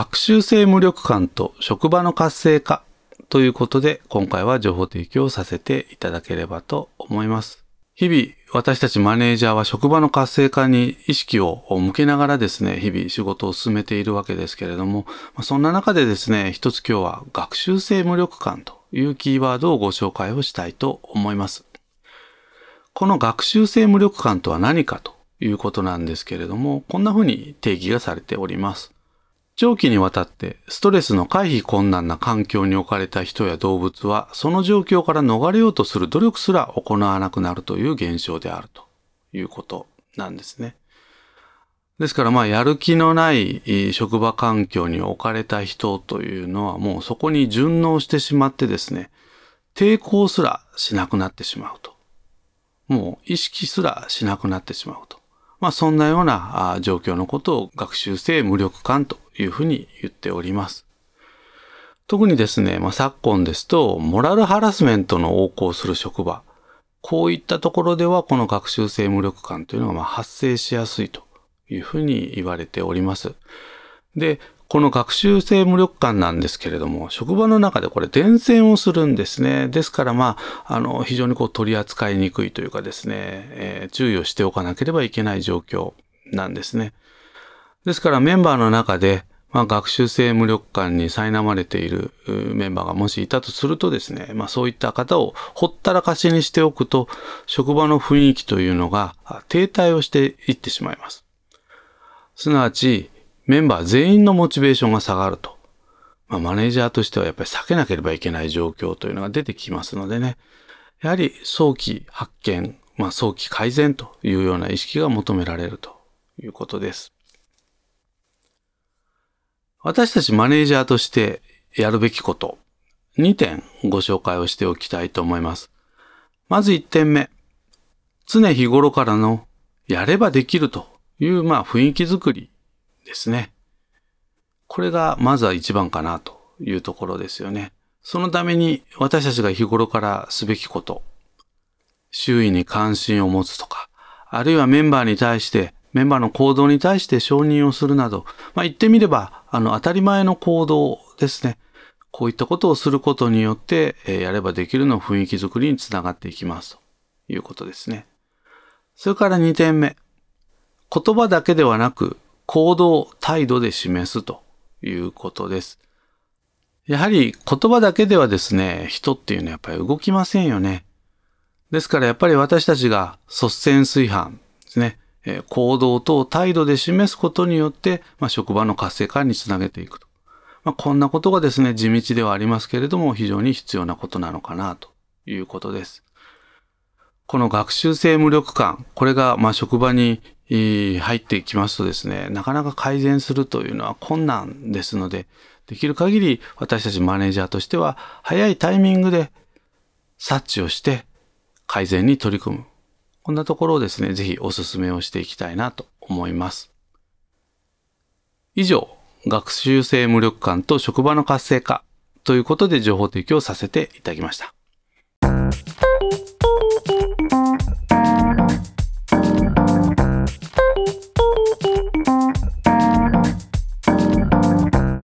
学習性無力感と職場の活性化ということで、今回は情報提供させていただければと思います。日々、私たちマネージャーは職場の活性化に意識を向けながらですね、日々仕事を進めているわけですけれども、そんな中でですね、一つ今日は学習性無力感というキーワードをご紹介をしたいと思います。この学習性無力感とは何かということなんですけれども、こんなふうに定義がされております。長期にわたってストレスの回避困難な環境に置かれた人や動物は、その状況から逃れようとする努力すら行わなくなるという現象であるということなんですね。ですからやる気のない職場環境に置かれた人というのはもうそこに順応してしまってですね、抵抗すらしなくなってしまうと。もう意識すらしなくなってしまうと。そんなような状況のことを学習性無力感というふうに言っております。特にですね、昨今ですと、モラルハラスメントの横行する職場、こういったところではこの学習性無力感というのが発生しやすいというふうに言われております。で、この学習性無力感なんですけれども、職場の中でこれ伝染をするんですね。ですから非常に取り扱いにくいというかですね、注意をしておかなければいけない状況なんですね。ですからメンバーの中で、学習性無力感に苛まれているメンバーがもしいたとするとですね、そういった方をほったらかしにしておくと、職場の雰囲気というのが停滞をしていってしまいます。すなわち、メンバー全員のモチベーションが下がると。マネージャーとしてはやっぱり避けなければいけない状況というのが出てきますのでね。やはり早期発見、早期改善というような意識が求められるということです。私たちマネージャーとしてやるべきこと、2点ご紹介をしておきたいと思います。まず1点目。常日頃からのやればできるという雰囲気づくりですね。これがまずは一番かなというところですよね。そのために私たちが日頃からすべきこと、周囲に関心を持つとか、あるいはメンバーの行動に対して承認をするなど、言ってみれば当たり前の行動ですね。こういったことをすることによって、やればできるの雰囲気づくりにつながっていきますということですね。それから2点目。言葉だけではなく行動、態度で示すということです。やはり言葉だけではですね、人っていうのはやっぱり動きませんよね。ですからやっぱり私たちが率先垂範ですね、行動と態度で示すことによって、職場の活性化につなげていくと。こんなことがですね、地道ではありますけれども、非常に必要なことなのかなということです。この学習性無力感、これが職場に入っていきますとですね、なかなか改善するというのは困難ですので、できる限り私たちマネージャーとしては早いタイミングで察知をして改善に取り組む。こんなところをですね、ぜひお勧めをしていきたいなと思います。以上、学習性無力感と職場の活性化ということで情報提供させていただきました。